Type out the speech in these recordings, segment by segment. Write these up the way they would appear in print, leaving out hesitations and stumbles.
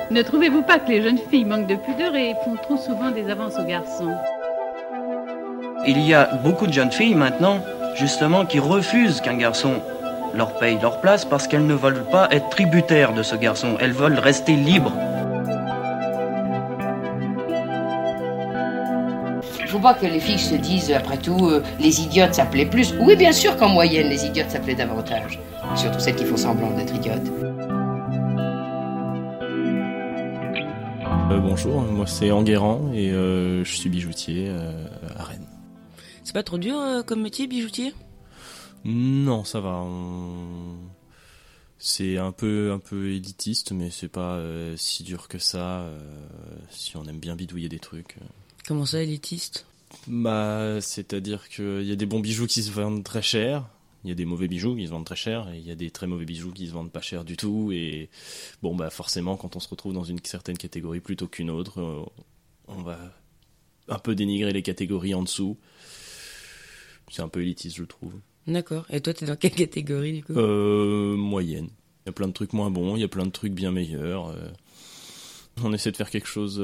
Ne trouvez-vous pas que les jeunes filles manquent de pudeur et font trop souvent des avances aux garçons? Il y a beaucoup de jeunes filles maintenant, justement, qui refusent qu'un garçon leur paye leur place parce qu'elles ne veulent pas être tributaires de ce garçon. Elles veulent rester libres. Il faut pas que les filles se disent, après tout, les idiotes ça plaît plus. Oui, bien sûr qu'en moyenne, les idiotes ça plaît davantage. Surtout celles qui font semblant d'être idiotes. Bonjour, moi c'est Enguerrand et je suis bijoutier à Rennes. C'est pas trop dur comme métier, bijoutier ? Non, ça va. C'est un peu élitiste, mais c'est pas si dur que ça si on aime bien bidouiller des trucs. Comment ça, élitiste ? Bah, c'est-à-dire qu'il y a des bons bijoux qui se vendent très cher. Il y a des mauvais bijoux qui se vendent très cher et il y a des très mauvais bijoux qui se vendent pas cher du tout. Et bon, bah forcément, quand on se retrouve dans une certaine catégorie plutôt qu'une autre, on va un peu dénigrer les catégories en dessous. C'est un peu élitiste, je trouve. D'accord. Et toi, t'es dans quelle catégorie, du coup ? Moyenne. Il y a plein de trucs moins bons, il y a plein de trucs bien meilleurs. On essaie de faire quelque chose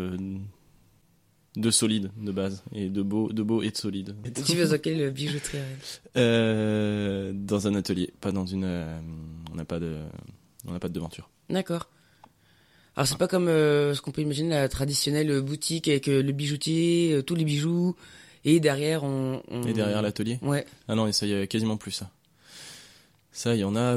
de solide, de base, et de beau et de solide. Tu vas dans quelle bijouterie ? Dans un atelier, pas dans une... on n'a pas de devanture. D'accord. Alors c'est pas comme ce qu'on peut imaginer, la traditionnelle boutique avec le bijoutier, tous les bijoux, et derrière on... Et derrière l'atelier ? Ouais. Ah non, et ça, il y a quasiment plus ça. Ça, il y en a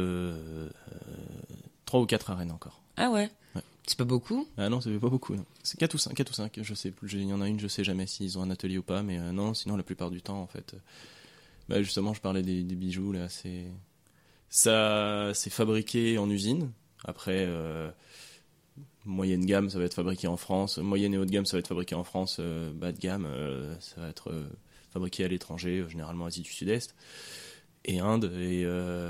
3 ou 4 à Rennes encore. Ah ouais. C'est pas beaucoup ? Ah non, ça fait pas beaucoup. Non. C'est 4 ou 5, je sais plus. Il y en a une, je sais jamais s'ils ont un atelier ou pas, mais non, sinon la plupart du temps, en fait. Bah justement, je parlais des bijoux, là, c'est fabriqué en usine. Après, moyenne gamme, ça va être fabriqué en France. Moyenne et haute gamme, ça va être fabriqué en France. Bas de gamme, ça va être fabriqué à l'étranger, généralement Asie du Sud-Est et Inde. Et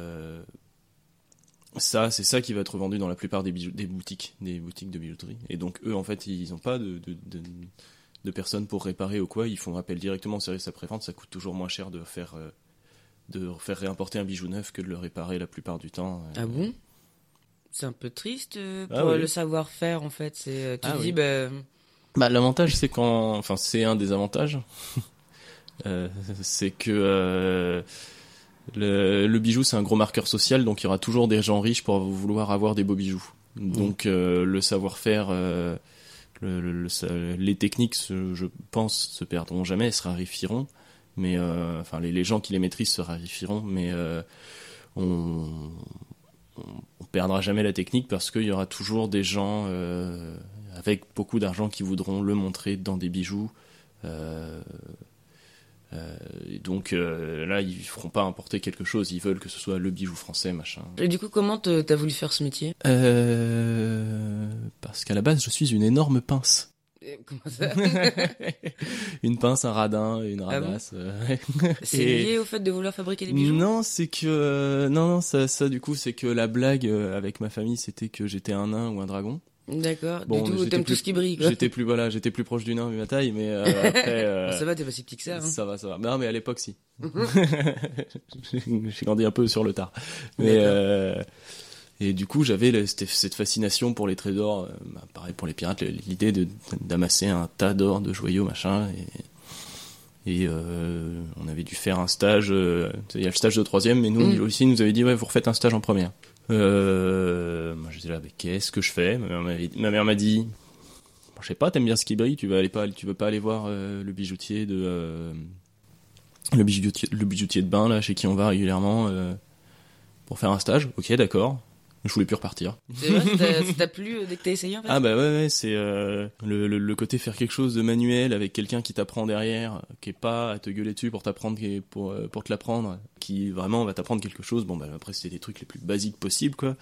ça, c'est ça qui va être vendu dans la plupart des boutiques de bijouterie. Et donc eux, en fait, ils n'ont pas de personnes pour réparer ou quoi. Ils font appel directement au service après-vente. Ça coûte toujours moins cher de faire réimporter un bijou neuf que de le réparer la plupart du temps. Ah bon ? C'est un peu triste pour le savoir-faire, en fait. C'est, tu dis, oui. Bah, l'avantage, c'est c'est un des avantages. C'est que le bijou, c'est un gros marqueur social, donc il y aura toujours des gens riches pour vouloir avoir des beaux bijoux. Donc le savoir-faire, les techniques, je pense, se perdront jamais, elles se raréfieront. Mais les gens qui les maîtrisent se raréfieront, mais on perdra jamais la technique parce qu'il y aura toujours des gens avec beaucoup d'argent qui voudront le montrer dans des bijoux. Et donc là, ils feront pas importer quelque chose, ils veulent que ce soit le bijou français, machin. Et du coup, comment t'as voulu faire ce métier ? Parce qu'à la base, je suis une énorme pince. Comment ça ? Une pince, un radin, une radasse. C'est lié au fait de vouloir fabriquer des bijoux ? Non, c'est que ça du coup, c'est que la blague avec ma famille, c'était que j'étais un nain ou un dragon. D'accord. Bon, du tout, t'aimes tout ce qui brille, quoi. J'étais plus proche du nain vu ma taille, mais après. Ça va, t'es pas si petit que ça. Hein. Ça va. Non, mais à l'époque, si. J'ai grandi un peu sur le tard. Mais et du coup, j'avais cette fascination pour les trésors. Pareil pour les pirates, l'idée d'amasser un tas d'or, de joyaux, machin. Et on avait dû faire un stage. Il y a le stage de 3e, mais nous aussi, nous avait dit vous refaites un stage en première. Moi j'étais là, mais qu'est-ce que je fais ? Ma mère m'a dit, je sais pas, t'aimes bien ce qui brille, tu veux pas aller voir le bijoutier de bain là chez qui on va régulièrement pour faire un stage. Ok, d'accord. Je voulais plus repartir. C'est vrai, ça t'a plu dès que t'as essayé en fait ? Ah bah ouais, c'est le côté faire quelque chose de manuel avec quelqu'un qui t'apprend derrière, qui est pas à te gueuler dessus pour t'apprendre, pour te l'apprendre, qui vraiment va t'apprendre quelque chose. Bon bah après c'était des trucs les plus basiques possibles quoi.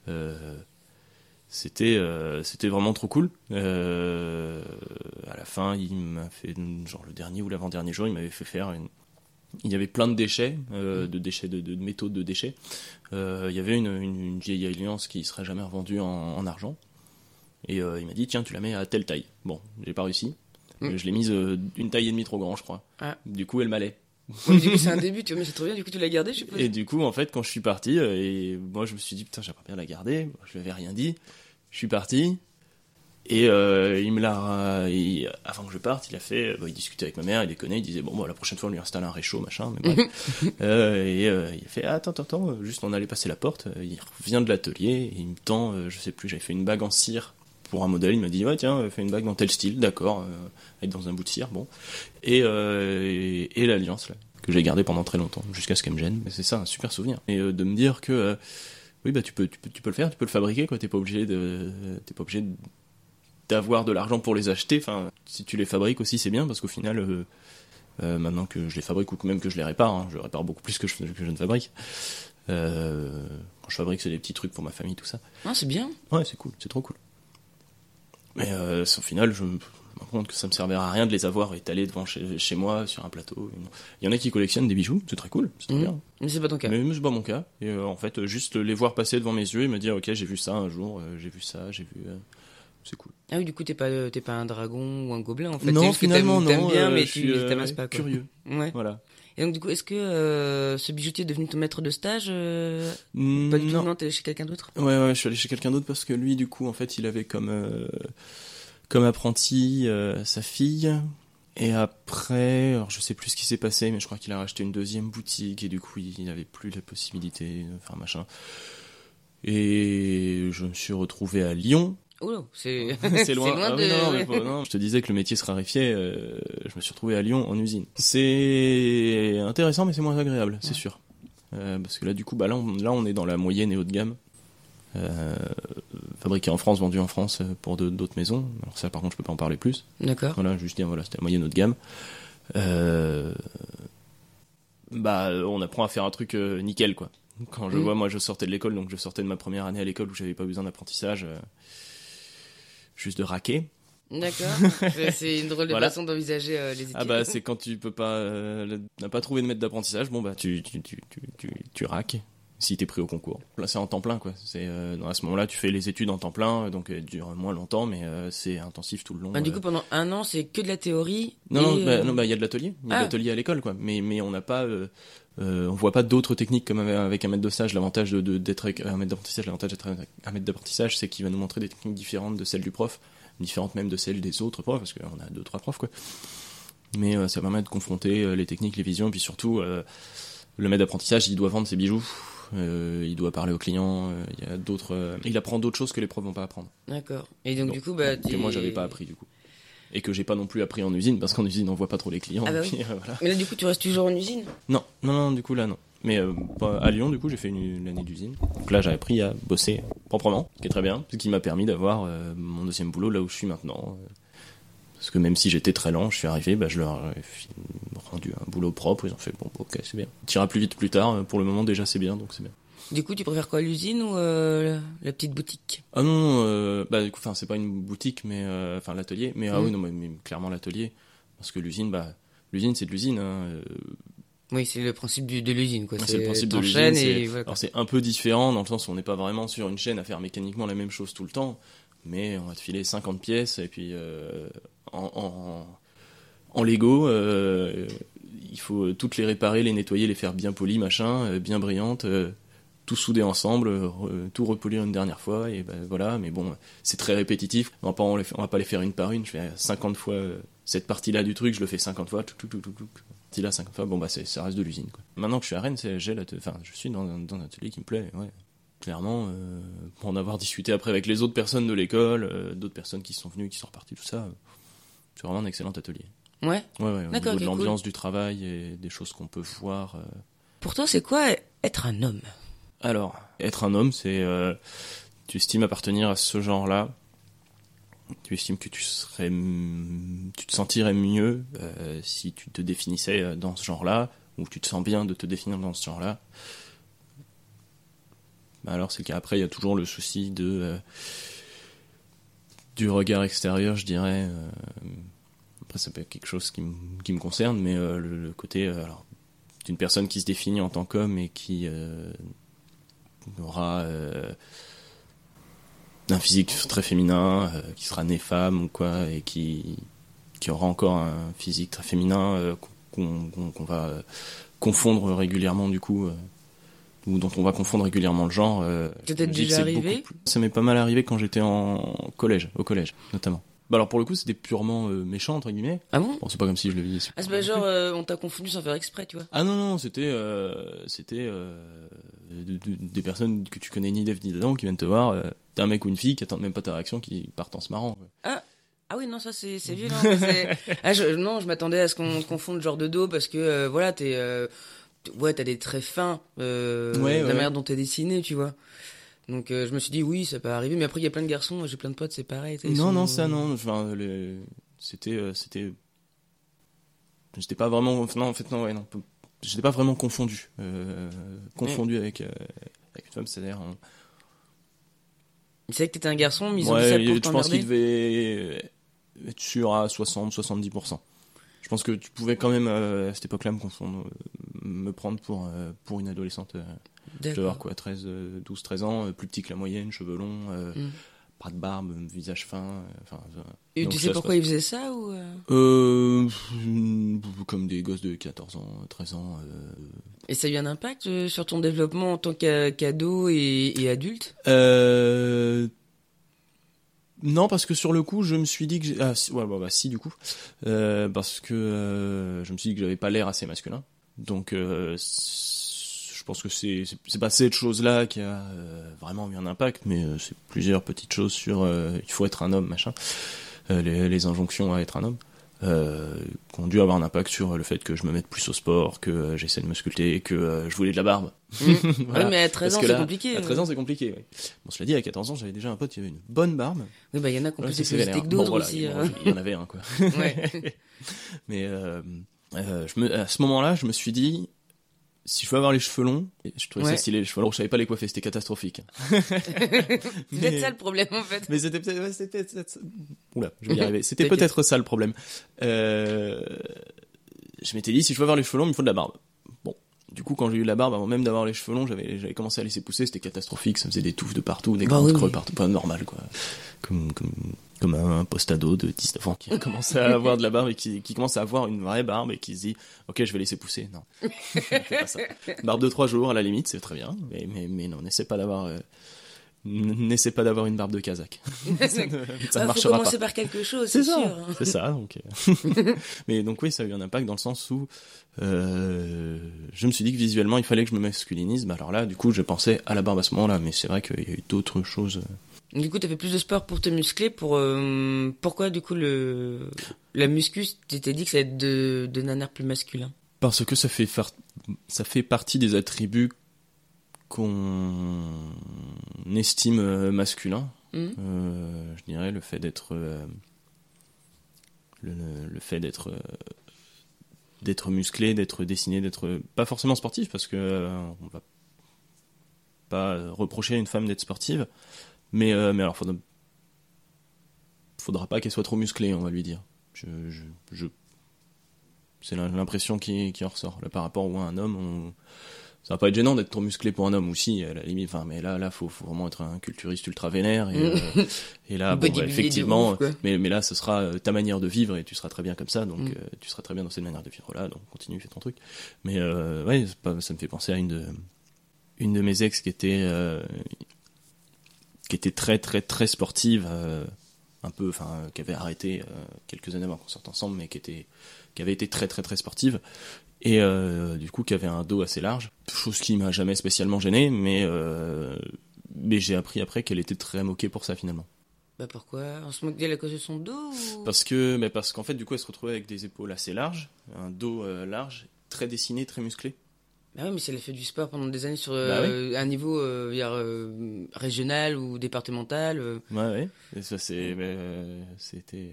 C'était vraiment trop cool. À la fin, il m'a fait genre le dernier ou l'avant-dernier jour, il m'avait fait faire il y avait plein de déchets, de métaux de déchets. Il y avait une vieille alliance qui serait jamais revendue en argent. Et il m'a dit, tiens, tu la mets à telle taille. Bon, j'ai pas réussi. Je l'ai mise une taille et demie trop grand, je crois. Ah. Du coup, elle m'allait. Oui, du coup, c'est un début, tu vois, mais c'est trop bien. Du coup, tu l'as gardée, je suppose. Et du coup, en fait, quand je suis parti, et moi, je me suis dit, putain, j'aimerais bien la garder. Je lui avais rien dit. Je suis parti. Et il me l'a... avant que je parte, il a fait... il discutait avec ma mère, il déconnait, il disait, bon, la prochaine fois, on lui installe un réchaud, machin, mais bref. Il a fait, attends, juste on allait passer la porte, il revient de l'atelier, et il me tend, je sais plus, j'avais fait une bague en cire pour un modèle, il m'a dit, ouais, tiens, fais une bague dans tel style, d'accord, être dans un bout de cire, bon. Et l'alliance, là, que j'ai gardée pendant très longtemps, jusqu'à ce qu'elle me gêne, mais c'est ça, un super souvenir. Et de me dire que... oui, tu peux le faire, tu peux le fabriquer, quoi, t'es pas obligé d'avoir de l'argent pour les acheter. Enfin, si tu les fabriques aussi, c'est bien, parce qu'au final, maintenant que je les fabrique ou même que je les répare, je répare beaucoup plus que je ne fabrique. Quand je fabrique, c'est des petits trucs pour ma famille, tout ça. Ah, c'est bien. Ouais, c'est cool, c'est trop cool. Mais au final, je me rends compte que ça me servira à rien de les avoir étalés devant chez moi sur un plateau. Il y en a qui collectionnent des bijoux, c'est très cool, c'est très bien. Mais c'est pas ton cas. Mais c'est pas mon cas. Et en fait, juste les voir passer devant mes yeux et me dire, ok, j'ai vu ça un jour, j'ai vu ça, j'ai vu... c'est cool. Ah oui, du coup, t'es pas un dragon ou un gobelin, en fait. Non, finalement, t'aimes non. bien, mais je tu t'amasses pas, quoi. Curieux. Ouais. Voilà. Et donc, du coup, est-ce que ce bijoutier est devenu ton maître de stage Pas du tout, non, t'es allé chez quelqu'un d'autre? Ouais, je suis allé chez quelqu'un d'autre parce que lui, du coup, en fait, il avait comme apprenti sa fille. Et après, alors je sais plus ce qui s'est passé, mais je crois qu'il a racheté une deuxième boutique et du coup, il n'avait plus la possibilité de faire machin. Et je me suis retrouvé à Lyon. Oh, c'est loin. loin de... Non, je te disais que le métier se raréfiait, je me suis retrouvé à Lyon en usine. C'est intéressant, mais c'est moins agréable, c'est sûr. Parce que là, du coup, là, on est dans la moyenne et haut de gamme. Fabriqué en France, vendu en France pour d'autres maisons. Alors ça, par contre, je peux pas en parler plus. D'accord. Voilà, juste dire, c'était la moyenne haut de gamme. On apprend à faire un truc nickel, quoi. Quand je vois, moi, je sortais de l'école, donc je sortais de ma première année à l'école où j'avais pas besoin d'apprentissage, juste de raquer. D'accord. C'est une drôle de façon d'envisager les études. Ah bah, c'est quand tu peux pas, n'as pas trouvé de maître d'apprentissage, bon bah, tu raques. Si t'es pris au concours. Là, c'est en temps plein, quoi. C'est à ce moment-là, tu fais les études en temps plein, donc elles durent moins longtemps, mais c'est intensif tout le long. Du coup, pendant un an, c'est que de la théorie. Non, il y a de l'atelier. Il y a de l'atelier à l'école, quoi. Mais on n'a pas, on voit pas d'autres techniques comme avec un maître de stage. L'avantage d'être avec un maître d'apprentissage, l'avantage d'être un maître d'apprentissage, c'est qu'il va nous montrer des techniques différentes de celles du prof, différentes même de celles des autres profs, parce qu'on a 2-3 profs, quoi. Mais ça permet de confronter les techniques, les visions, et puis surtout, le maître d'apprentissage, il doit vendre ses bijoux. Il doit parler aux clients, il y a d'autres, il apprend d'autres choses que les profs vont pas apprendre. D'accord. Et donc du coup, que moi j'avais pas appris du coup, et que j'ai pas non plus appris en usine parce qu'en usine on voit pas trop les clients. Ah bah oui. Puis, voilà. Mais là du coup tu restes toujours en usine? Non, du coup là non. Mais à Lyon du coup j'ai fait une année d'usine. Donc là j'ai appris à bosser proprement, ce qui est très bien, ce qui m'a permis d'avoir mon deuxième boulot là où je suis maintenant. Parce que même si j'étais très lent, je suis arrivé, je leur ai rendu un boulot propre, ils ont fait bon, ok, c'est bien. Tu iras plus vite plus tard, pour le moment déjà c'est bien, donc c'est bien. Du coup, tu préfères quoi, l'usine ou la petite boutique? Ah non, c'est pas une boutique, mais l'atelier, mais ah oui, non, mais clairement l'atelier, parce que l'usine c'est de l'usine. Oui, c'est le principe de l'usine, quoi. C'est le principe de l'usine. Voilà, alors c'est un peu différent dans le sens où on n'est pas vraiment sur une chaîne à faire mécaniquement la même chose tout le temps. Mais on va te filer 50 pièces et puis en Lego, il faut toutes les réparer, les nettoyer, les faire bien polies, machin, bien brillantes, tout souder ensemble, tout repolir une dernière fois et voilà. Mais bon, c'est très répétitif. On va pas les faire une par une. Je fais 50 fois cette partie-là du truc, je le fais 50 fois. Partie-là 50 fois. Bon ça reste de l'usine, quoi. Maintenant que je suis à Rennes, je suis dans un atelier qui me plaît. Ouais. Clairement, pour en avoir discuté après avec les autres personnes de l'école, d'autres personnes qui sont venues, qui sont reparties, tout ça, c'est vraiment un excellent atelier. Ouais. Ouais, au niveau de l'ambiance du travail et des choses qu'on peut voir. Pour toi, c'est quoi être un homme? Alors, être un homme, c'est tu estimes appartenir à ce genre-là. Tu estimes que tu te sentirais mieux si tu te définissais dans ce genre-là, ou tu te sens bien de te définir dans ce genre-là. Alors c'est le cas. Après, il y a toujours le souci du regard extérieur, je dirais. Après, ça peut être quelque chose qui me concerne, mais le côté d'une personne qui se définit en tant qu'homme et qui aura un physique très féminin, qui sera né femme ou quoi, et qui aura encore un physique très féminin qu'on va confondre régulièrement du coup. dont on va confondre régulièrement le genre. Peut-être déjà arrivé. Ça m'est pas mal arrivé quand j'étais au collège notamment. Bah alors pour le coup c'était purement méchant entre guillemets. Ah bon? Bon, c'est pas comme si je le visais. Ah c'est pas genre on t'a confondu sans faire exprès, tu vois. Ah non, c'était des personnes que tu connais ni d'Ève ni d'Adam qui viennent te voir, t'es un mec ou une fille qui attendent même pas ta réaction, qui partent en se marrant. Ah oui, non, ça c'est violent. Non, je m'attendais à ce qu'on te confonde genre de dos parce que voilà, t'as des traits fins, la manière dont t'es dessiné, tu vois. Donc je me suis dit oui, ça peut arriver, mais après il y a plein de garçons, j'ai plein de potes, c'est pareil. Non, ça non, enfin c'était j'étais pas vraiment j'étais pas vraiment confondu avec une femme, c'est-à-dire c'est vrai que t'étais un garçon, mais ils ont dit ça pour t'emmerder. Je pense qu'il devait être sûr à 60-70%. Je pense que tu pouvais quand même à cette époque-là me prendre pour une adolescente. Je devais avoir quoi, 12-13 ans, plus petit que la moyenne, cheveux longs, pas de barbe, visage fin. Et tu sais pourquoi ils faisaient ça ou comme des gosses de 14 ans, 13 ans. Et ça a eu un impact sur ton développement en tant qu'ado et adulte? Non, parce que sur le coup, je me suis dit que si du coup, parce que je me suis dit que j'avais pas l'air assez masculin. Donc je pense que c'est pas cette chose-là qui a vraiment eu un impact, mais c'est plusieurs petites choses sur il faut être un homme, machin, les injonctions à être un homme, qui ont dû avoir un impact sur le fait que je me mette plus au sport, que j'essaie de me sculpter, que je voulais de la barbe. Voilà. Oui, mais à 13 ans, c'est compliqué. À 13 ans, c'est compliqué, oui. Bon, cela dit, à 14 ans, j'avais déjà un pote qui avait une bonne barbe. Oui, bah, il y en a qui ont plus de steak d'autres aussi. Il y en avait un, quoi. Ouais. Mais à ce moment-là, je me suis dit, si je veux avoir les cheveux longs, je trouvais ça stylé les cheveux longs, je savais pas les coiffer, c'était catastrophique. C'est peut-être ça le problème en fait. Mais c'était peut-être oula, je vais y arriver. C'était peut-être ça le problème. Je m'étais dit, si je veux avoir les cheveux longs, il me faut de la barbe. Bon. Du coup, quand j'ai eu la barbe, avant même d'avoir les cheveux longs, j'avais commencé à laisser pousser, c'était catastrophique, ça faisait des touffes de partout, des grands creux partout, pas normal, quoi. Comme un postado de 19 ans qui commence à avoir de la barbe et qui commence à avoir une vraie barbe et qui se dit ok, je vais laisser pousser. Non, fais pas ça. Barbe de 3 jours à la limite, c'est très bien, mais non, n'essaie pas d'avoir une barbe de Kazakh. Ça ne marchera pas. Faut commencer par quelque chose, c'est sûr. C'est ça. Donc mais donc oui, ça a eu un impact dans le sens où je me suis dit que visuellement il fallait que je me masculinise. Bah alors là, du coup, je pensais à la barbe à ce moment-là, mais c'est vrai qu'il y a eu d'autres choses. Du coup, t'as fait plus de sport pour te muscler. Pourquoi, du coup, la muscu, tu t'es dit que ça allait être de nanar plus masculin? Parce que ça fait partie des attributs qu'on estime masculins. Je dirais le fait d'être d'être musclé, d'être dessiné, d'être pas forcément sportif, parce que on va pas reprocher à une femme d'être sportive. Mais alors faudra pas qu'elle soit trop musclée, on va lui dire. C'est l'impression qui en ressort. Là, par rapport à un homme, ça va pas être gênant d'être trop musclé pour un homme aussi, à la limite. Enfin, mais là, faut vraiment être un culturiste ultra vénère. Et là, bon, effectivement, ouf, mais là, ce sera ta manière de vivre et tu seras très bien comme ça. Donc, tu seras très bien dans cette manière de vivre là. Donc, continue, fais ton truc. Mais ouais, ça me fait penser à une de mes ex qui était très très très sportive, un peu, enfin, qui avait arrêté quelques années avant qu'on sorte ensemble, mais qui avait été très très très sportive, et du coup qui avait un dos assez large, chose qui m'a jamais spécialement gêné, mais j'ai appris après qu'elle était très moquée pour ça finalement. Bah pourquoi? On se moque d'elle à cause de son dos ou... Parce qu'en fait du coup elle se retrouvait avec des épaules assez larges, un dos large, très dessiné, très musclé. Bah oui, mais si elle a fait du sport pendant des années sur un niveau régional ou départemental. Ouais. Et ça, c'était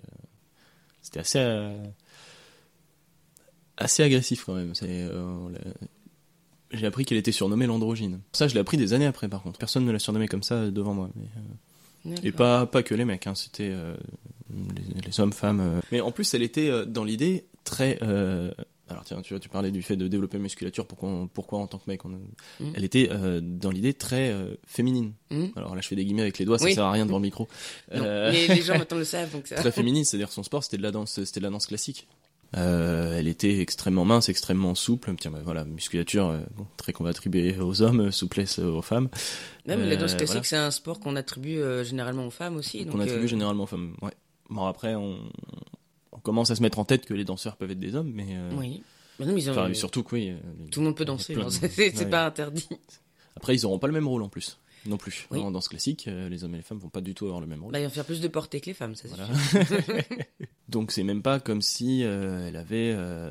assez agressif quand même. J'ai appris qu'elle était surnommée l'androgyne. Ça, je l'ai appris des années après, par contre. Personne ne l'a surnommée comme ça devant moi. Et pas que les mecs, hein, c'était les hommes, femmes. Mais en plus, elle était dans l'idée très... Alors tiens, tu vois, tu parlais du fait de développer la musculature, pourquoi en tant que mec elle était dans l'idée très féminine. Alors là je fais des guillemets avec les doigts, ça sert à rien devant le micro. Les gens maintenant le savent, donc ça. Très féminine, c'est-à-dire son sport c'était de la danse classique. Elle était extrêmement mince, extrêmement souple. Tiens, voilà, musculature, trait qu'on va attribuer aux hommes, souplesse aux femmes. Même la danse classique, c'est un sport qu'on attribue généralement aux femmes aussi. Qu'on attribue généralement aux femmes, ouais. Bon, après, on commence à se mettre en tête que les danseurs peuvent être des hommes, mais... Oui. Mais non, mais surtout que oui. Tout le monde peut danser, c'est pas interdit. Après, ils n'auront pas le même rôle en plus. Non plus. Oui. En danse classique, les hommes et les femmes vont pas du tout avoir le même rôle. Ils vont faire plus de portée que les femmes, ça voilà. Donc c'est même pas comme si elle avait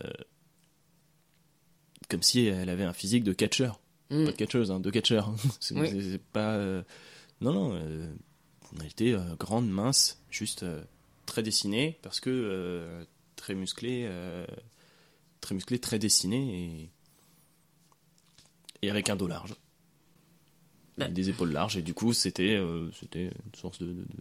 un physique de catcheur. Pas de catcheuse, de catcheur. C'est pas non. Elle était grande, mince, juste très dessinée parce que très musclée, très dessinée et avec un dos large. Des épaules larges, et du coup c'était une source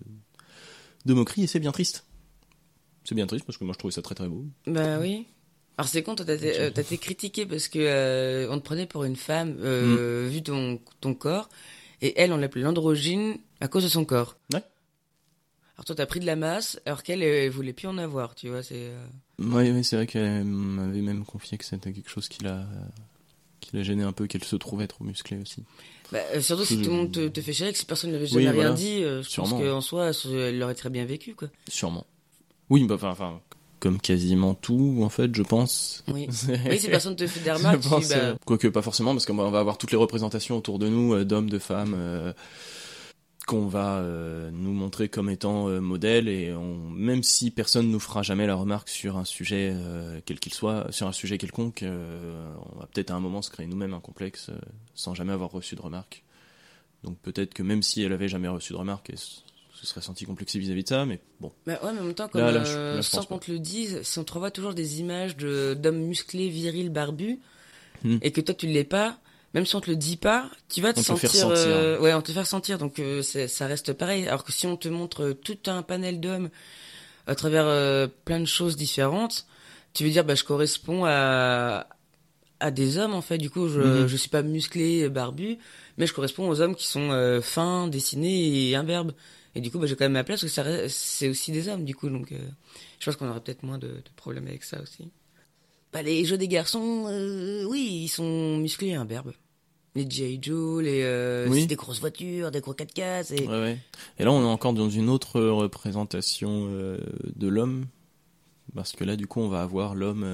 de moquerie, et c'est bien triste. C'est bien triste parce que moi je trouvais ça très très beau. Bah oui. Alors c'est con, toi t'as été critiqué parce que on te prenait pour une femme vu ton corps, et elle on l'appelait l'androgyne à cause de son corps. Ouais. Alors toi t'as pris de la masse alors qu'elle voulait plus en avoir, tu vois, c'est... Oui, c'est vrai qu'elle m'avait même confié que c'était quelque chose qui l'a gêné un peu, qu'elle se trouvait trop musclée aussi. Surtout si tout le monde te fait chier, que si personne n'avait jamais rien dit, je pense qu'en soi, elle l'aurait très bien vécu, quoi. Sûrement. Oui, enfin, comme quasiment tout, en fait, je pense. Oui, si personne te fait des remarques, quoique pas forcément, parce qu'on va avoir toutes les représentations autour de nous, d'hommes, de femmes, qu'on va nous montrer comme étant modèles, et même si personne nous fera jamais la remarque sur un sujet quel qu'il soit, sur un sujet quelconque, on va peut-être à un moment se créer nous-mêmes un complexe sans jamais avoir reçu de remarque. Donc peut-être que même si elle avait jamais reçu de remarque, elle se serait sentie complexée vis-à-vis de ça, mais bon. Ouais, mais en même temps, comme sans qu'on te le dise, si on te revoit toujours des images d'hommes musclés, virils, barbus, et que toi tu l'es pas, même si on te le dit pas, tu vas te sentir... on te fait sentir, donc ça reste pareil. Alors que si on te montre tout un panel d'hommes à travers plein de choses différentes, tu veux dire, je corresponds à des hommes, en fait. Du coup, je suis pas musclé, barbu, mais je corresponds aux hommes qui sont fins, dessinés et imberbes. Et du coup, j'ai quand même ma place, parce que c'est aussi des hommes, du coup. Donc, je pense qu'on aurait peut-être moins de problèmes avec ça aussi. Les jeux des garçons, oui, ils sont musclés et imberbes. Les G.I. Joe, c'est des grosses voitures, des gros 4x4. Ouais. Et là, on est encore dans une autre représentation de l'homme. Parce que là, du coup, on va avoir l'homme...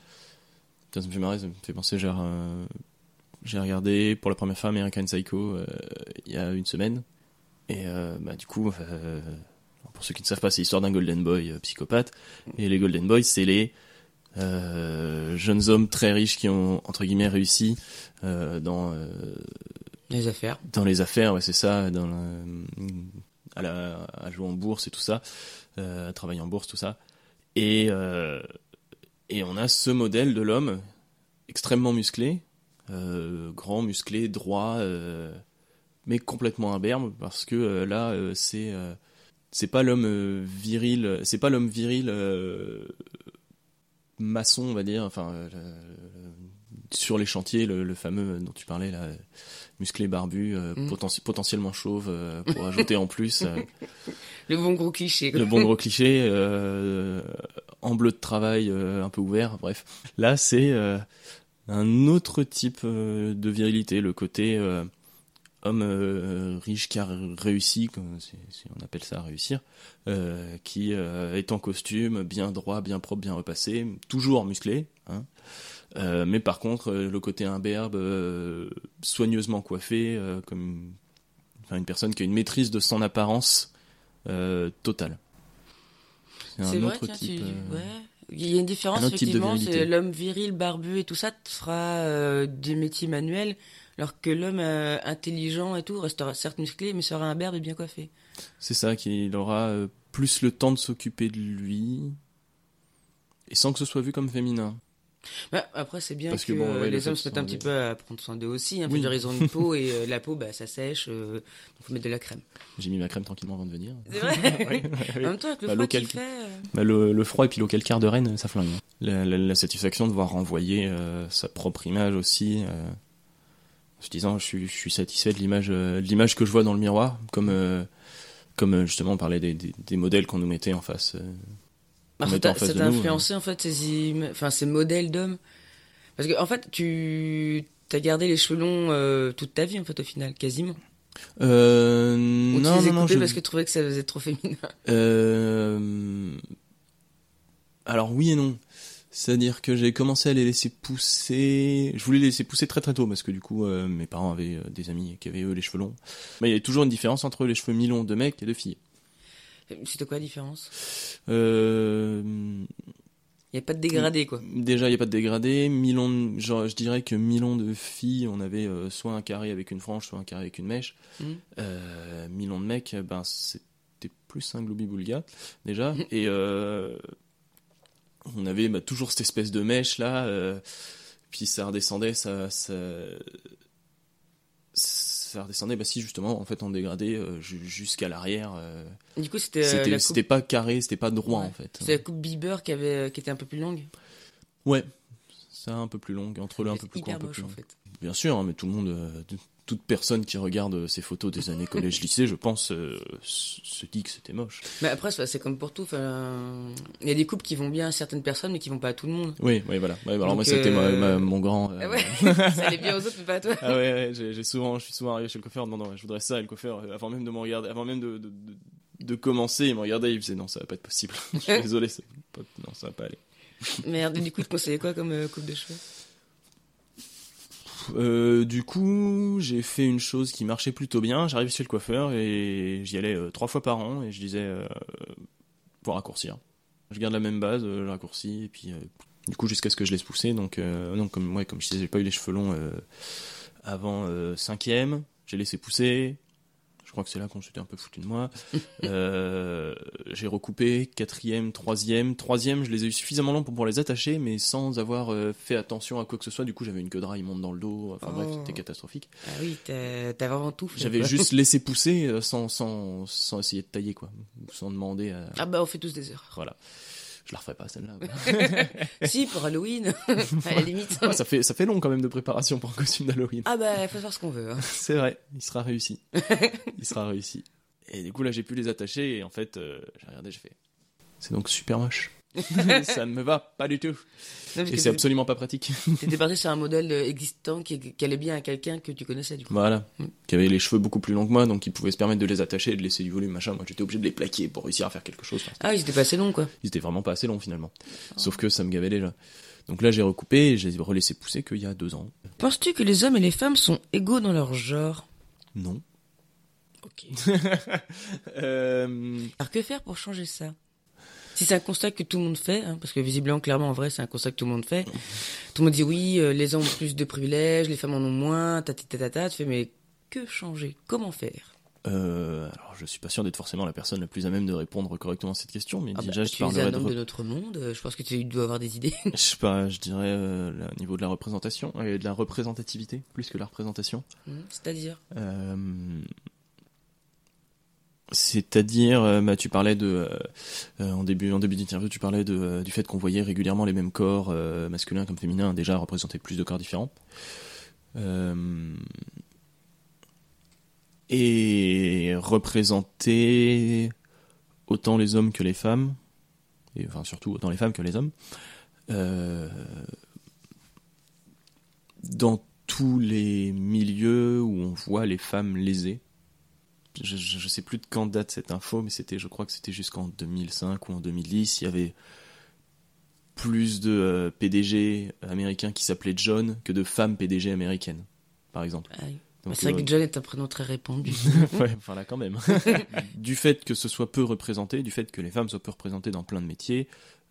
Ça me fait marrer, ça me fait penser, j'ai regardé pour la première fois American Psycho il y a une semaine. Et du coup, pour ceux qui ne savent pas, c'est l'histoire d'un Golden Boy psychopathe. Et les Golden Boys, c'est les... jeunes hommes très riches qui ont entre guillemets réussi dans les affaires. Dans les affaires, ouais, c'est ça, à jouer en bourse et tout ça, à travailler en bourse, tout ça. Et on a ce modèle de l'homme extrêmement musclé, grand, musclé, droit, mais complètement imberbe, parce que là, c'est pas l'homme viril, maçon, on va dire, sur les chantiers, le fameux dont tu parlais là, musclé, barbu, potentiellement chauve, pour ajouter en plus le bon gros cliché, en bleu de travail, un peu ouvert, bref. Là, c'est un autre type de virilité, le côté homme riche qui a réussi, si on appelle ça réussir, qui est en costume, bien droit, bien propre, bien repassé, toujours musclé, hein, mais par contre le côté imberbe, soigneusement coiffé, comme une personne qui a une maîtrise de son apparence totale. C'est un autre type. Il y a une différence, effectivement, c'est l'homme viril, barbu et tout ça fera des métiers manuels, alors que l'homme intelligent et tout restera certes musclé, mais sera imberbe et bien coiffé. C'est ça, qu'il aura plus le temps de s'occuper de lui, et sans que ce soit vu comme féminin. Après, c'est bien que les hommes se mettent un petit peu à prendre soin d'eux aussi. Oui. Ils ont une peau, et la peau, ça sèche, il faut mettre de la crème. J'ai mis ma crème tranquillement avant de venir. C'est vrai. En même temps, avec le froid qu'il fait... le froid et puis l'eau calcaire de Rennes, ça flingue. La satisfaction de voir renvoyer sa propre image aussi... en se disant je suis satisfait de l'image que je vois dans le miroir, comme justement on parlait des modèles qu'on nous mettait en face mettait en face de nous. Ça t'a influencé en fait ces modèles d'hommes, parce que en fait t'as gardé les cheveux longs toute ta vie en fait au final quasiment. Ou Non, tu les non, écoutais parce que tu trouvais que ça faisait trop féminin. Alors oui et non. C'est-à-dire que j'ai commencé à les laisser pousser. Je voulais les laisser pousser très très tôt parce que du coup mes parents avaient des amis qui avaient eux les cheveux longs. Mais il y avait toujours une différence entre les cheveux mi-longs de mecs et de filles. C'était quoi la différence? Il y a pas de dégradé quoi. Déjà il y a pas de dégradé. Mi-long, genre je dirais que mi-long de filles, on avait soit un carré avec une frange, soit un carré avec une mèche. Mi-long de mecs, ben c'était plus un globi-boulga déjà et on avait toujours cette espèce de mèche là, puis ça redescendait, ça redescendait, si justement en fait en dégradé jusqu'à l'arrière. Du coup c'était pas carré, c'était pas droit en fait. C'est la coupe Bieber qui était un peu plus longue. Ouais, ça un peu plus longue, entre le un peu plus court, un peu plus long. En fait. Bien sûr, hein, mais tout le monde, toute personne qui regarde ces photos des années collège-lycée, je pense, se dit que c'était moche. Mais après, c'est comme pour tout. Il y a des couples qui vont bien à certaines personnes, mais qui vont pas à tout le monde. Oui, voilà. Ouais, alors moi, c'était mon grand. Ouais, ça allait bien aux autres, mais pas à toi. Ah ouais, je suis souvent arrivé chez le coiffeur. Non, je voudrais ça. Et le coiffeur, avant même de me regarder, avant même de commencer, il me regardait, il me disait non, ça va pas être possible. Je suis désolé, non, ça va pas aller. Merde, du coup, il te conseillait quoi comme coupe de cheveux? Du coup, j'ai fait une chose qui marchait plutôt bien. J'arrive chez le coiffeur et j'y allais 3 fois par an et je disais pour raccourcir. Je garde la même base, je raccourcis et puis du coup jusqu'à ce que je laisse pousser. Donc comme je disais, j'ai pas eu les cheveux longs avant 5e. J'ai laissé pousser. Je crois que c'est là qu'on s'était un peu foutu de moi. J'ai recoupé 4e, 3e, je les ai eu suffisamment longs pour pouvoir les attacher, mais sans avoir fait attention à quoi que ce soit. Du coup, j'avais une queue de rat immonde dans le dos. Enfin bref, c'était catastrophique. Ah oui, t'as vraiment tout fait. J'avais juste laissé pousser sans essayer de tailler, quoi. Sans demander à... Ah bah, on fait tous des erreurs. Voilà. Je la referai pas, celle-là. Si, pour Halloween, à la limite. Ah, ça fait long quand même de préparation pour un costume d'Halloween. Ah bah, faut faire ce qu'on veut. Hein. C'est vrai, il sera réussi. Et du coup, là, j'ai pu les attacher et en fait, j'ai regardé, j'ai fait... C'est donc super moche. Ça ne me va pas du tout. Non, et c'est absolument pas pratique. T'étais parti sur un modèle existant qui allait bien à quelqu'un que tu connaissais du coup. Voilà, qui avait les cheveux beaucoup plus longs que moi, donc qui pouvait se permettre de les attacher et de laisser du volume, machin. Moi j'étais obligé de les plaquer pour réussir à faire quelque chose. Ah, ils étaient pas assez longs quoi. Ils étaient vraiment pas assez longs finalement. Sauf que ça me gavait déjà. Donc là j'ai recoupé et j'ai relaissé pousser qu'il y a 2 ans. Penses-tu que les hommes et les femmes sont égaux dans leur genre? Non. Ok. Alors que faire pour changer ça? Si c'est un constat que tout le monde fait, hein, parce que visiblement, clairement, en vrai, c'est un constat que tout le monde fait. Tout le monde dit oui, les hommes ont plus de privilèges, les femmes en ont moins, tu fais, mais que changer? Comment faire? Alors, je suis pas sûr d'être forcément la personne la plus à même de répondre correctement à cette question, mais déjà, je tu es un homme de notre monde, je pense que tu dois avoir des idées. Je sais pas, je dirais au niveau de la représentation, et de la représentativité, plus que la représentation. C'est-à-dire C'est-à-dire, tu parlais en début d'interview, tu parlais du fait qu'on voyait régulièrement les mêmes corps, masculins comme féminins, déjà représenter plus de corps différents. Et représenter autant les hommes que les femmes, et enfin surtout autant les femmes que les hommes, dans tous les milieux où on voit les femmes lésées. Je sais plus de quand date cette info, mais je crois que c'était jusqu'en 2005 ou en 2010. Il y avait plus de PDG américains qui s'appelaient John que de femmes PDG américaines, par exemple. Ah oui. Donc, c'est vrai que John est un prénom très répandu. Ouais, enfin là quand même. Du fait que ce soit peu représenté, du fait que les femmes soient peu représentées dans plein de métiers,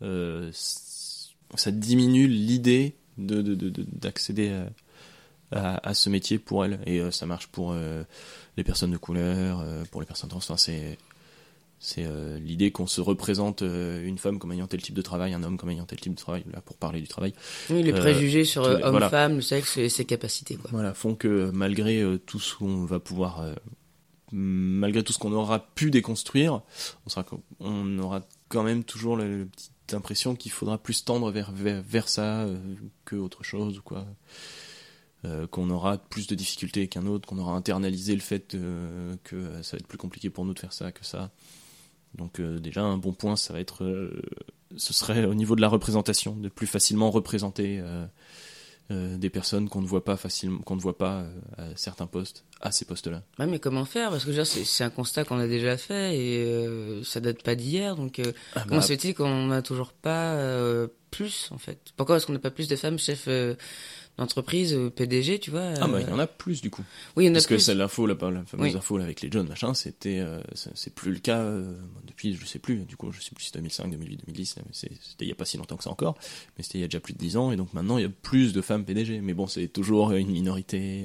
ça diminue l'idée d'accéder à ce métier pour elles. Et ça marche pour les personnes de couleur, pour les personnes trans. Enfin, c'est l'idée qu'on se représente une femme comme ayant tel type de travail, un homme comme ayant tel type de travail, là pour parler du travail. Oui, les préjugés sur homme-femme, le sexe et ses capacités, quoi. Voilà, font que malgré tout ce qu'on va pouvoir, malgré tout ce qu'on aura pu déconstruire, on aura quand même toujours la petite impression qu'il faudra plus tendre vers ça que autre chose ou quoi. Qu'on aura plus de difficultés qu'un autre, qu'on aura internalisé le fait que ça va être plus compliqué pour nous de faire ça que ça. Donc déjà un bon point, ça va être, ce serait au niveau de la représentation, de plus facilement représenter des personnes qu'on ne voit pas facilement, qu'on ne voit pas à certains postes, à ces postes-là. Ouais, mais comment faire ? Parce que c'est un constat qu'on a déjà fait et ça date pas d'hier. Donc comment se fait-il qu'on n'a toujours pas plus en fait ? Pourquoi est-ce qu'on n'a pas plus de femmes chefs d'entreprise, PDG, tu vois il y en a plus du coup. Oui, il y en a parce plus. Que c'est l'info, la fameuse info là, avec les John machin, c'était, c'est plus le cas depuis, je sais plus. Du coup, je sais plus si 2005, 2008, 2010. C'était il y a pas si longtemps que ça encore, mais c'était il y a déjà plus de 10 ans. Et donc maintenant, il y a plus de femmes PDG. Mais bon, c'est toujours une minorité.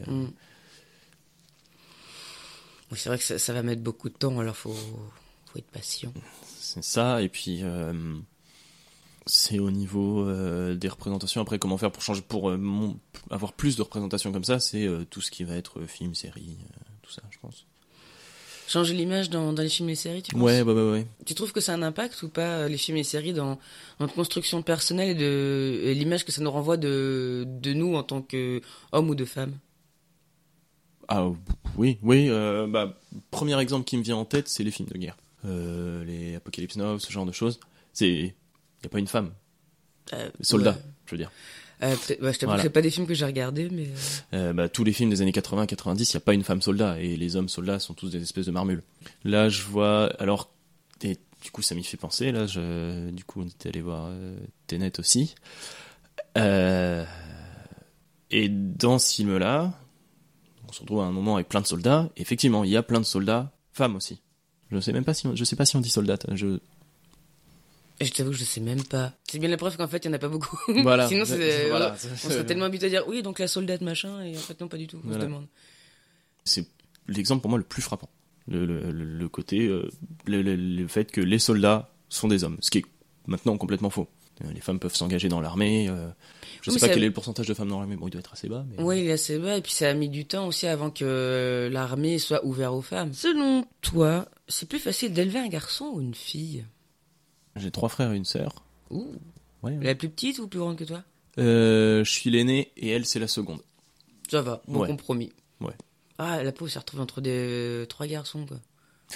Oui, c'est vrai que ça va mettre beaucoup de temps. Alors faut être patient. C'est ça. Et puis. C'est au niveau des représentations. Après, comment faire pour changer, pour avoir plus de représentations comme ça, c'est tout ce qui va être film, série, tout ça, je pense. Changer l'image dans les films et les séries, tu penses ? Ouais. Tu trouves que ça a un impact ou pas, les films et les séries, dans notre construction personnelle et l'image que ça nous renvoie de nous en tant qu'hommes ou de femmes ? Ah oui. Premier exemple qui me vient en tête, c'est les films de guerre. Les Apocalypse Now, ce genre de choses. Il n'y a pas une femme. Soldat, je veux dire. Je t'avoue que c'est pas des films que j'ai regardés, mais... tous les films des années 80-90, il n'y a pas une femme soldat. Et les hommes soldats sont tous des espèces de marmules. Là, je vois... Alors, et du coup, ça m'y fait penser. Là, du coup, on était allé voir Tenet aussi. Et dans ce film-là, on se retrouve à un moment avec plein de soldats. Et effectivement, il y a plein de soldats femmes aussi. Je sais pas si on dit soldate. Je t'avoue que je sais même pas. C'est bien la preuve qu'en fait, il y en a pas beaucoup. Voilà. Sinon, on serait tellement habitué à dire oui, donc la soldate machin, et en fait, non, pas du tout. On se demande. C'est l'exemple pour moi le plus frappant. Le côté, le fait que les soldats sont des hommes. Ce qui est maintenant complètement faux. Les femmes peuvent s'engager dans l'armée. Je sais pas quel est le pourcentage de femmes dans l'armée. Bon, il doit être assez bas. Mais... Oui, il est assez bas. Et puis, ça a mis du temps aussi avant que l'armée soit ouverte aux femmes. Selon toi, c'est plus facile d'élever un garçon ou une fille ? J'ai 3 frères et une sœur. Ouh. Ouais. La plus petite ou plus grande que toi ? Je suis l'aîné et elle, c'est la seconde. Ça va, bon compromis. Ouais. Ah, la pauvre s'est retrouvée entre 3 garçons, quoi.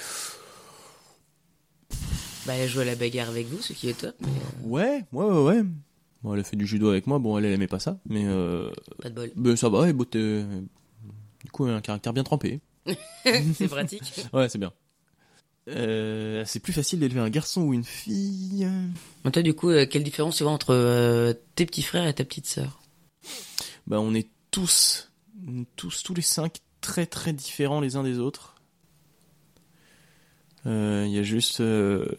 Elle a joué à la bagarre avec vous, ce qui est top. Mais Ouais. Bon, elle a fait du judo avec moi. Bon, elle aimait pas ça, mais... Pas de bol. Ben, ça va, du coup, elle a un caractère bien trempé. C'est pratique. Ouais, c'est bien. C'est plus facile d'élever un garçon ou une fille. Toi, du coup, quelle différence tu vois entre tes petits frères et ta petite sœur ? On est tous les 5 très très différents les uns des autres. Il y a juste le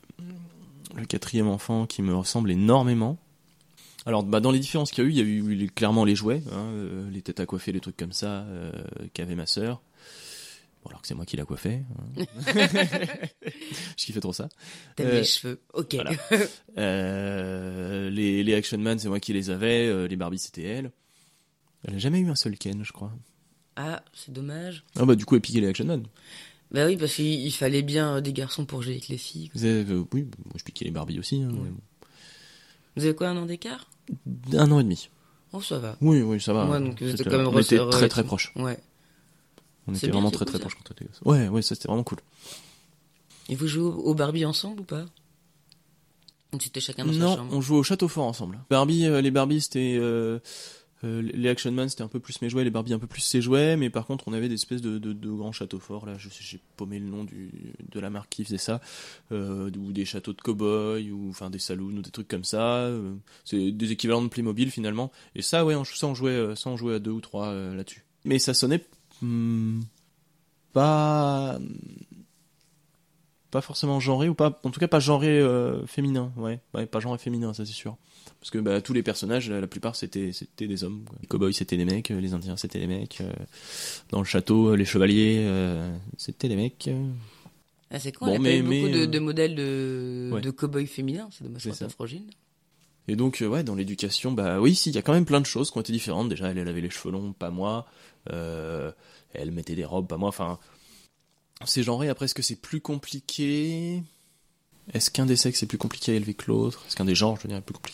4e enfant qui me ressemble énormément. Alors, dans les différences qu'il y a eu clairement les jouets, les têtes à coiffer, les trucs comme ça qu'avait ma sœur. Alors que c'est moi qui l'a coiffé. Je kiffais trop ça. T'aimes les cheveux, ok. Voilà. Les Action Man, c'est moi qui les avais. Les Barbie, c'était elle. Elle a jamais eu un seul Ken, je crois. Ah, c'est dommage. Du coup, elle piquait les Action Man. Oui, parce qu'il fallait bien des garçons pour jouer avec les filles. Oui, moi je piquais les Barbie aussi. Ouais. Vous avez quoi, 1 an d'écart ? 1 an et demi. Oh, ça va. Oui, ça va. Ouais, donc vous étiez quand même on était très très proches. Ouais. On était vraiment très très proches quand on était gosses. Ouais, ça c'était vraiment cool. Et vous jouez au Barbie ensemble ou pas ? Ou c'était chacun dans sa chambre ? Non, on jouait au château fort ensemble. Les Barbie c'était... les Action Man c'était un peu plus mes jouets, les Barbie un peu plus ses jouets, mais par contre on avait des espèces de grands châteaux forts, là j'ai paumé le nom de la marque qui faisait ça, ou des châteaux de cow-boy, ou enfin des saloons, ou des trucs comme ça, c'est des équivalents de Playmobil finalement, et ça on jouait à 2 ou 3 là-dessus. Mais ça sonnait pas forcément genré, ou pas, en tout cas pas genré féminin, ouais, pas genré féminin, ça c'est sûr. Parce que tous les personnages, la plupart c'était des hommes, quoi. Les cow-boys c'était des mecs, les indiens c'était des mecs, dans le château les chevaliers c'était des mecs. Ah, c'est cool, il y a beaucoup de modèles de cow-boys féminins, c'est dommage pour ta fragile. Et donc dans l'éducation, oui, si, il y a quand même plein de choses qui ont été différentes. Déjà elle avait les cheveux longs, pas moi, elle mettait des robes, pas moi, enfin c'est genré. Après, est-ce que c'est plus compliqué ? Est-ce qu'un des sexes est plus compliqué à élever que l'autre ? Est-ce qu'un des genres, je veux dire, est plus compliqué ?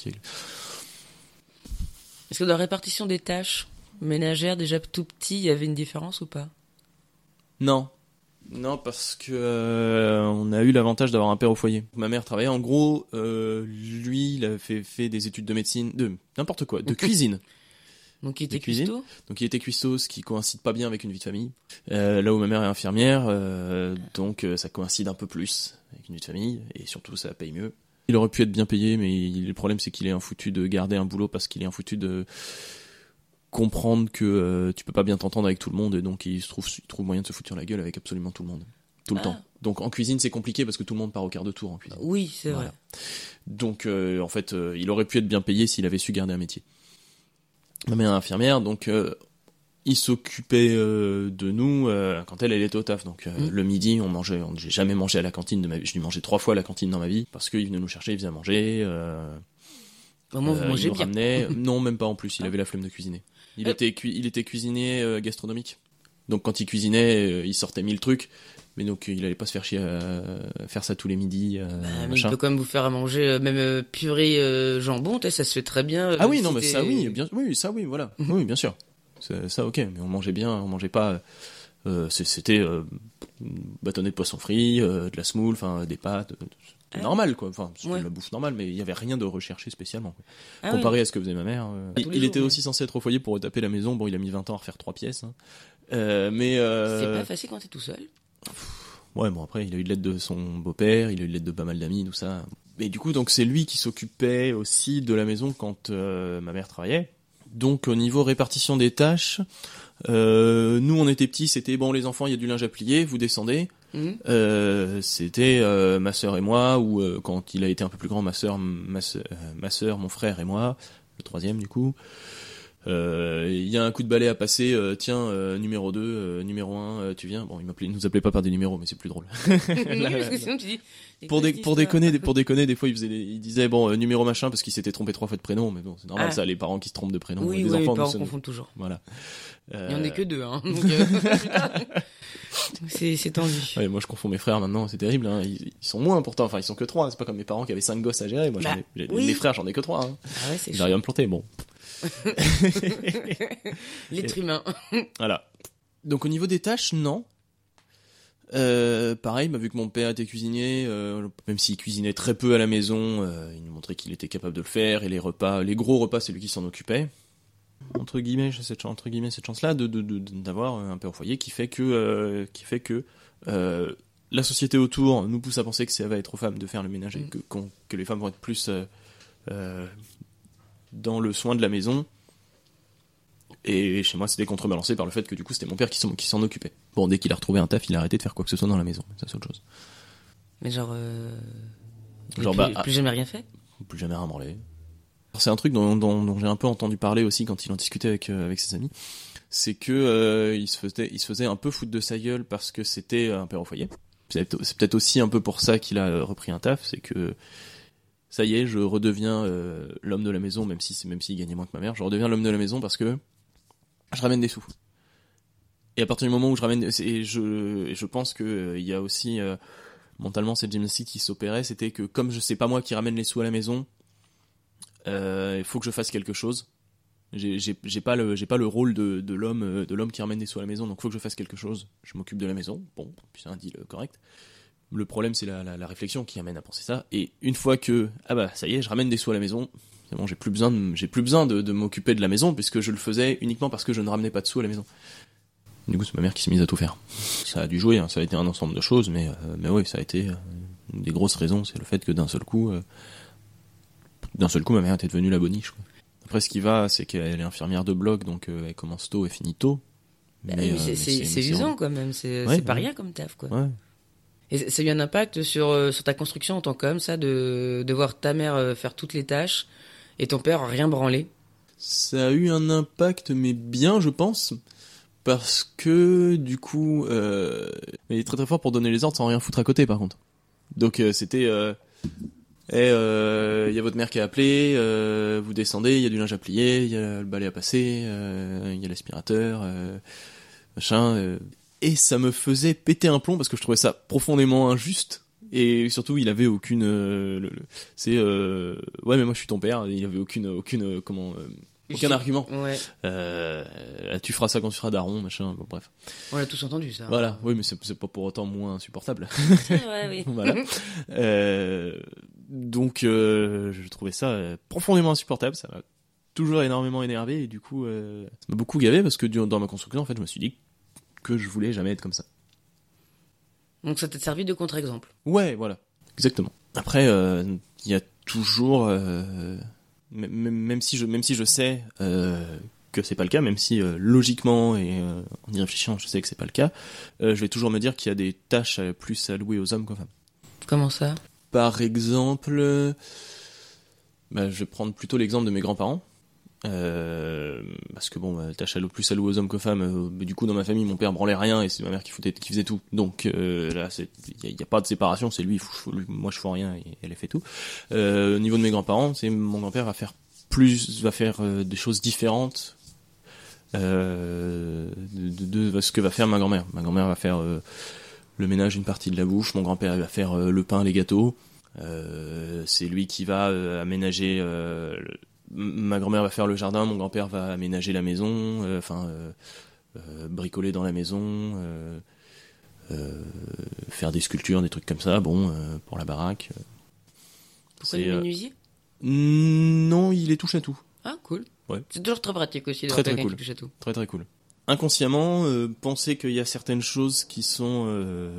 Est-ce que dans la répartition des tâches ménagères, déjà tout petit, il y avait une différence ou pas ? Non. Non, parce que on a eu l'avantage d'avoir un père au foyer. Ma mère travaillait, en gros, lui, il a fait des études de médecine, de n'importe quoi, de cuisine. Donc il était cuistot. Donc il était cuistot, ce qui coïncide pas bien avec une vie de famille. Là où ma mère est infirmière, donc ça coïncide un peu plus avec une vie de famille, et surtout ça paye mieux. Il aurait pu être bien payé, mais le problème c'est qu'il est un foutu de garder un boulot parce qu'il est un foutu de comprendre que tu peux pas bien t'entendre avec tout le monde, et donc il trouve moyen de se foutre sur la gueule avec absolument tout le monde, tout le temps. Donc en cuisine c'est compliqué parce que tout le monde part au quart de tour en cuisine. Oui, c'est vrai. Donc en fait il aurait pu être bien payé s'il avait su garder un métier. Ma mère est infirmière, donc il s'occupait de nous quand elle était au taf. Donc le midi, j'ai jamais mangé à la cantine de ma vie. Je lui mangeais 3 fois à la cantine dans ma vie parce qu'il venait nous chercher, il faisait à manger. Comment vous mangez il nous bien ramenait. Non, même pas en plus. Il avait la flemme de cuisiner. Il était cuisinier gastronomique. Donc quand il cuisinait, il sortait 1000 trucs. Mais donc il allait pas se faire chier à faire ça tous les midis. Mais il peut quand même vous faire à manger, même purée jambon, ça se fait très bien. Ah oui, non, mais ça oui, ça oui, voilà. Oui, bien sûr. Ça ok, mais on mangeait bien, on mangeait pas. C'était bâtonnet de poisson frit, de la semoule, enfin des pâtes, normal quoi. Enfin c'était de la bouffe normale, mais il y avait rien de recherché spécialement. Comparé à ce que faisait ma mère. Il était aussi censé être au foyer pour retaper la maison. Bon, il a mis 20 ans à refaire 3 pièces. Hein. Mais c'est pas facile quand t'es tout seul. Ouais, bon après il a eu de l'aide de son beau-père, il a eu de l'aide de pas mal d'amis, tout ça. Et du coup donc c'est lui qui s'occupait aussi de la maison quand ma mère travaillait. Donc au niveau répartition des tâches, nous on était petits, c'était bon les enfants, il y a du linge à plier, vous descendez. C'était ma sœur et moi, ou quand il a été un peu plus grand, ma sœur, mon frère et moi, le troisième du coup. Il y a un coup de balai à passer, tiens, numéro 2, numéro 1, tu viens. Bon, il nous appelait pas par des numéros, mais c'est plus drôle. Parce que sinon tu dis... Pour déconner, des fois il disait bon, numéro machin parce qu'il s'était trompé 3 fois de prénom, mais bon, c'est normal ça, les parents qui se trompent de prénom. Oui, les enfants, les parents confondent toujours. Voilà. Il y en a que 2, hein. Donc, c'est tendu. Ouais, moi je confonds mes frères maintenant, c'est terrible, hein. Ils sont moins pourtant, enfin ils sont que 3, c'est pas comme mes parents qui avaient 5 gosses à gérer, moi mes frères j'en ai que 3, hein. Ah ouais, c'est j'arrive à me planter, bon. L'être humain. Voilà. Donc au niveau des tâches, non. Pareil, vu que mon père était cuisinier, même s'il cuisinait très peu à la maison, il nous montrait qu'il était capable de le faire, et les gros repas, c'est lui qui s'en occupait. Entre guillemets, cette chance-là d'avoir un père au foyer qui fait que la société autour nous pousse à penser que ça va être aux femmes de faire le ménage et que les femmes vont être plus dans le soin de la maison. Et chez moi, c'était contrebalancé par le fait que du coup, c'était mon père qui s'en occupait. Bon, dès qu'il a retrouvé un taf, il a arrêté de faire quoi que ce soit dans la maison. Ça, c'est autre chose. Mais plus jamais rien fait. Plus jamais rien branlé. C'est un truc dont j'ai un peu entendu parler aussi quand il en discutait avec ses amis. C'est que il se faisait un peu foutre de sa gueule parce que c'était un père au foyer. C'est peut-être aussi un peu pour ça qu'il a repris un taf. C'est que ça y est, je redeviens l'homme de la maison, même s'il gagnait moins que ma mère. Je redeviens l'homme de la maison parce que je ramène des sous. Et à partir du moment où je ramène, je pense que il y a aussi mentalement cette gymnastique qui s'opérait, c'était que comme c'est pas moi qui ramène les sous à la maison, il faut que je fasse quelque chose. J'ai pas le rôle de l'homme qui ramène des sous à la maison, donc il faut que je fasse quelque chose. Je m'occupe de la maison, bon, puis c'est un deal correct. Le problème c'est la réflexion qui amène à penser ça. Et une fois que ça y est, je ramène des sous à la maison, c'est bon, j'ai plus besoin de m'occuper de la maison puisque je le faisais uniquement parce que je ne ramenais pas de sous à la maison. Du coup, c'est ma mère qui s'est mise à tout faire. Ça a dû jouer, hein, ça a été un ensemble de choses, mais oui, ça a été une des grosses raisons, c'est le fait que d'un seul coup, ma mère était devenue la boniche, quoi. Après, ce qui va, c'est qu'elle est infirmière de bloc, donc elle commence tôt et finit tôt. Mais c'est usant quand même, c'est pas rien comme taf, quoi. Ouais. Et ça a eu un impact sur ta construction en tant qu'homme, ça, de voir ta mère faire toutes les tâches et ton père rien branler? Ça a eu un impact, mais bien, je pense, parce que du coup, il est très très fort pour donner les ordres sans rien foutre à côté, par contre. Donc c'était, il y a votre mère qui a appelé, vous descendez, il y a du linge à plier, il y a le balai à passer, il y a l'aspirateur, machin. Et ça me faisait péter un plomb parce que je trouvais ça profondément injuste. Et surtout, il avait aucune, ouais, mais moi je suis ton père. Il avait aucune, aucun argument. Ouais. Tu feras ça quand tu seras daron, machin. Bon, bref. On l'a tous entendu ça. Voilà. Oui, mais c'est pas pour autant moins insupportable. Ouais, oui. Voilà. Donc, je trouvais ça profondément insupportable. Ça m'a toujours énormément énervé et du coup, ça m'a beaucoup gavé parce que dans ma construction, en fait, je me suis dit que je voulais jamais être comme ça. Donc ça t'a servi de contre-exemple. Ouais, voilà. Exactement. Après, il y a toujours, même si je sais que c'est pas le cas, même si logiquement et en y réfléchissant, je sais que c'est pas le cas, je vais toujours me dire qu'il y a des tâches plus allouées aux hommes qu'aux femmes. Comment ça ? Par exemple, je vais prendre plutôt l'exemple de mes grands-parents. Parce que tâche plus allouée aux hommes qu'aux femmes. Du coup, dans ma famille, mon père branlait rien et c'est ma mère qui faisait tout. Donc là, il y a pas de séparation. C'est lui, moi je fais rien et elle fait tout. Au niveau de mes grands-parents, c'est mon grand-père va faire des choses différentes de ce que va faire ma grand-mère. Ma grand-mère va faire le ménage, une partie de la bouffe. Mon grand-père va faire le pain, les gâteaux. C'est lui qui va aménager. Ma grand-mère va faire le jardin, mon grand-père va aménager la maison, bricoler dans la maison, faire des sculptures, des trucs comme ça, pour la baraque. Pourquoi il est menuisier ? Non, il est touche à tout. Ah, cool. Ouais. C'est toujours très pratique aussi très d'avoir quelqu'un cool. qui touche à tout. Très très cool. Inconsciemment, penser qu'il y a certaines choses qui sont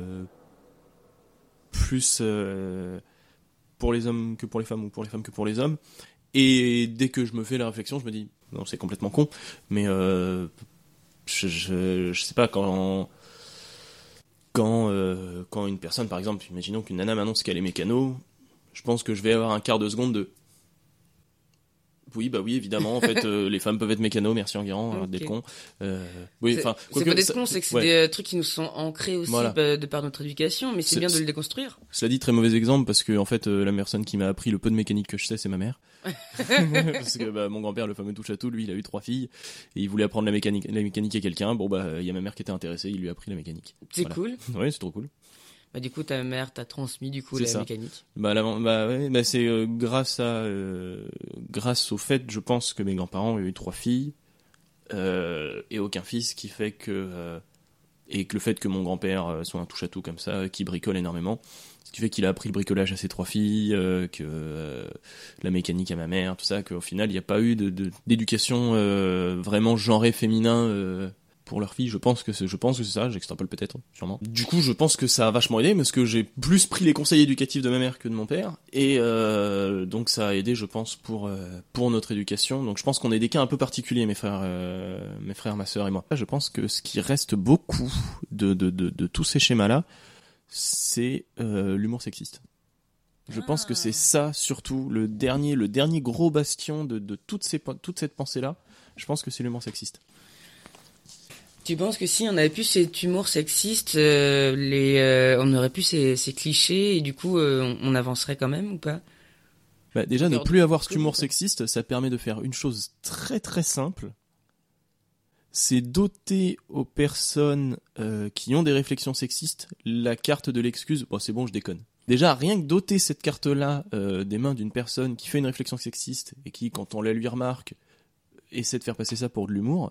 plus pour les hommes que pour les femmes ou pour les femmes que pour les hommes. Et dès que je me fais la réflexion, je me dis, non, c'est complètement con, mais je sais pas, quand une personne, par exemple, imaginons qu'une nana m'annonce qu'elle est mécano, je pense que je vais avoir un quart de seconde de... Oui, évidemment, en fait, les femmes peuvent être mécano, merci Enguerrand, okay. D'être con. C'est pas d'être con, c'est que c'est des trucs qui nous sont ancrés aussi de par notre éducation, mais c'est bien de le déconstruire. Cela dit, très mauvais exemple, parce que en fait, la personne qui m'a appris le peu de mécanique que je sais, c'est ma mère. Parce que mon grand-père, le fameux touche-à-tout, lui, il a eu 3 filles, et il voulait apprendre la mécanique à quelqu'un. Il y a ma mère qui était intéressée, il lui a appris la mécanique. C'est cool. Ouais, c'est trop cool. Du coup, ta mère t'a transmis la mécanique. C'est grâce au fait, je pense, que mes grands-parents ont eu 3 filles et aucun fils, qui fait que et que le fait que mon grand-père soit un touche-à-tout comme ça, qui bricole énormément, ce qui fait qu'il a appris le bricolage à ses 3 filles, que la mécanique à ma mère, tout ça, qu'au final il n'y a pas eu d'éducation vraiment genrée féminin. Pour leurs filles, je pense que c'est ça, j'extrapole peut-être, sûrement. Du coup, je pense que ça a vachement aidé, parce que j'ai plus pris les conseils éducatifs de ma mère que de mon père, et donc ça a aidé, je pense, pour notre éducation. Donc je pense qu'on est des cas un peu particuliers, mes frères, ma sœur et moi. Je pense que ce qui reste beaucoup de tous ces schémas-là, c'est l'humour sexiste. Je pense que c'est ça, surtout, le dernier gros bastion de toute cette pensée-là, je pense que c'est l'humour sexiste. Tu penses que si on avait plus cet humour sexiste, on aurait plus ces clichés et du coup on avancerait quand même ou pas ? Déjà, ne plus avoir cet humour sexiste, ça permet de faire une chose très très simple. C'est doter aux personnes qui ont des réflexions sexistes la carte de l'excuse. Bon, c'est bon, je déconne. Déjà, rien que doter cette carte-là des mains d'une personne qui fait une réflexion sexiste et qui, quand on la lui remarque, essaie de faire passer ça pour de l'humour.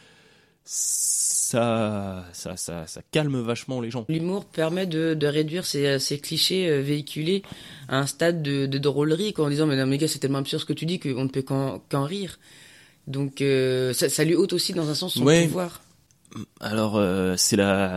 Ça calme vachement les gens. L'humour permet de réduire ces clichés véhiculés à un stade de drôlerie, quoi, en disant mais non mais gars, c'est tellement absurde ce que tu dis qu'on ne peut qu'en rire. Donc ça lui ôte aussi dans un sens son pouvoir. Alors c'est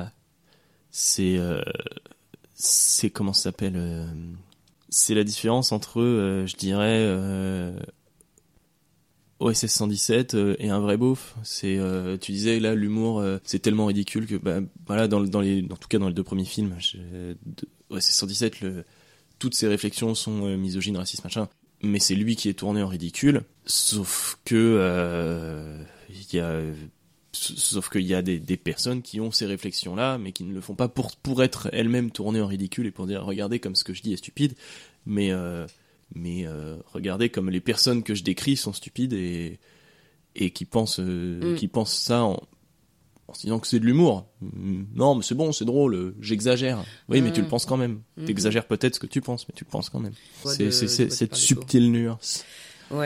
comment ça s'appelle c'est la différence entre je dirais OSS 117 et un vrai beauf. C'est tu disais là l'humour c'est tellement ridicule que en tout cas dans les 2 premiers films OSS 117 toutes ses réflexions sont misogynes, racistes, machin, mais c'est lui qui est tourné en ridicule, sauf que qu'il y a des personnes qui ont ces réflexions là mais qui ne le font pas pour être elles-mêmes tournées en ridicule et pour dire regardez comme ce que je dis est stupide, mais regardez comme les personnes que je décris sont stupides et qui pensent ça en se disant que c'est de l'humour. Non, mais c'est bon, c'est drôle, j'exagère. Oui, mais tu le penses quand même. T'exagères peut-être ce que tu penses, mais tu le penses quand même. C'est cette subtile nuance. Ouais.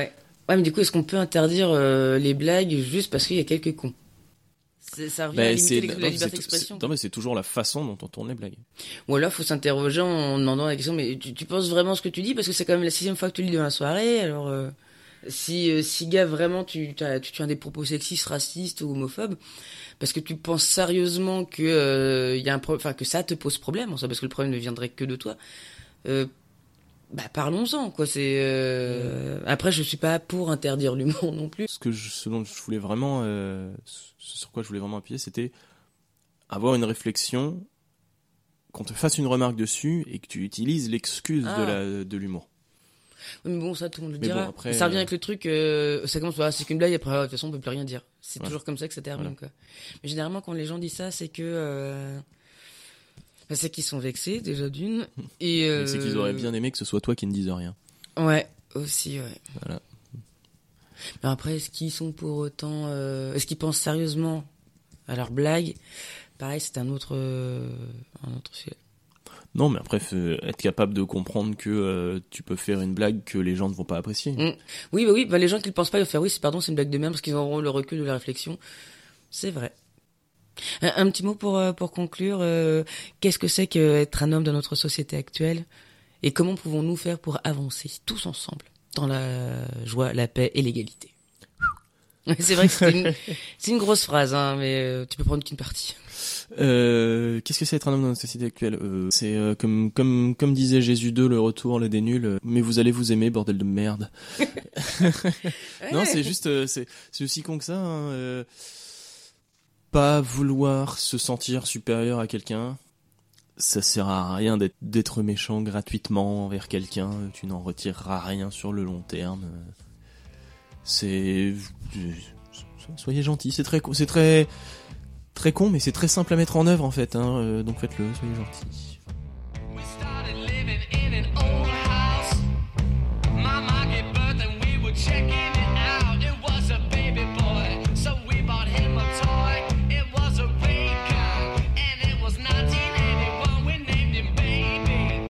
Ouais, mais du coup, est-ce qu'on peut interdire les blagues juste parce qu'il y a quelques cons? Ça revient à limiter la liberté d'expression. Non, mais c'est toujours la façon dont on tourne les blagues. Ou alors, faut s'interroger en demandant la question, mais tu penses vraiment ce que tu dis? Parce que c'est quand même la 6e fois que tu le dis dans la soirée, alors si gars, vraiment, tu tiens des propos sexistes, racistes ou homophobes, parce que tu penses sérieusement que y a que ça te pose problème, en soi, parce que le problème ne viendrait que de toi, parlons-en, quoi. Après, je suis pas pour interdire l'humour non plus. Ce dont je voulais vraiment, sur quoi je voulais vraiment appuyer, c'était avoir une réflexion, qu'on te fasse une remarque dessus et que tu utilises l'excuse de l'humour. Oui, mais bon, ça, tout le monde le dira. Bon, après, ça revient avec le truc, ça commence, c'est qu'une blague, après, de toute façon, on peut plus rien dire. C'est toujours comme ça que ça termine, quoi. Mais généralement, quand les gens disent ça, c'est que, c'est qu'ils sont vexés, déjà d'une. Et c'est qu'ils auraient bien aimé que ce soit toi qui ne dise rien. Ouais, aussi, ouais. Voilà. Mais après, est-ce qu'ils sont pour autant... est-ce qu'ils pensent sérieusement à leurs blagues? Pareil, c'est un autre sujet. Non, mais après, être capable de comprendre que tu peux faire une blague que les gens ne vont pas apprécier. Oui, les gens qui ne pensent pas, ils vont faire oui, c'est une blague de merde, parce qu'ils auront le recul de la réflexion. C'est vrai. Un petit mot pour conclure. Qu'est-ce que c'est qu'être un homme dans notre société actuelle? Et comment pouvons-nous faire pour avancer tous ensemble dans la joie, la paix et l'égalité? C'est vrai que c'est une grosse phrase, hein, mais tu peux prendre qu'une partie. Qu'est-ce que c'est être un homme dans notre société actuelle? C'est comme disait Jésus 2, le retour, des nuls. Mais vous allez vous aimer, bordel de merde. Non, c'est juste, c'est aussi con que ça. Hein, pas vouloir se sentir supérieur à quelqu'un, ça sert à rien d'être méchant gratuitement envers quelqu'un. Tu n'en retireras rien sur le long terme. Soyez gentil. C'est très très con, mais c'est très simple à mettre en œuvre en fait. Hein, donc faites-le. Soyez gentil. Checking it out.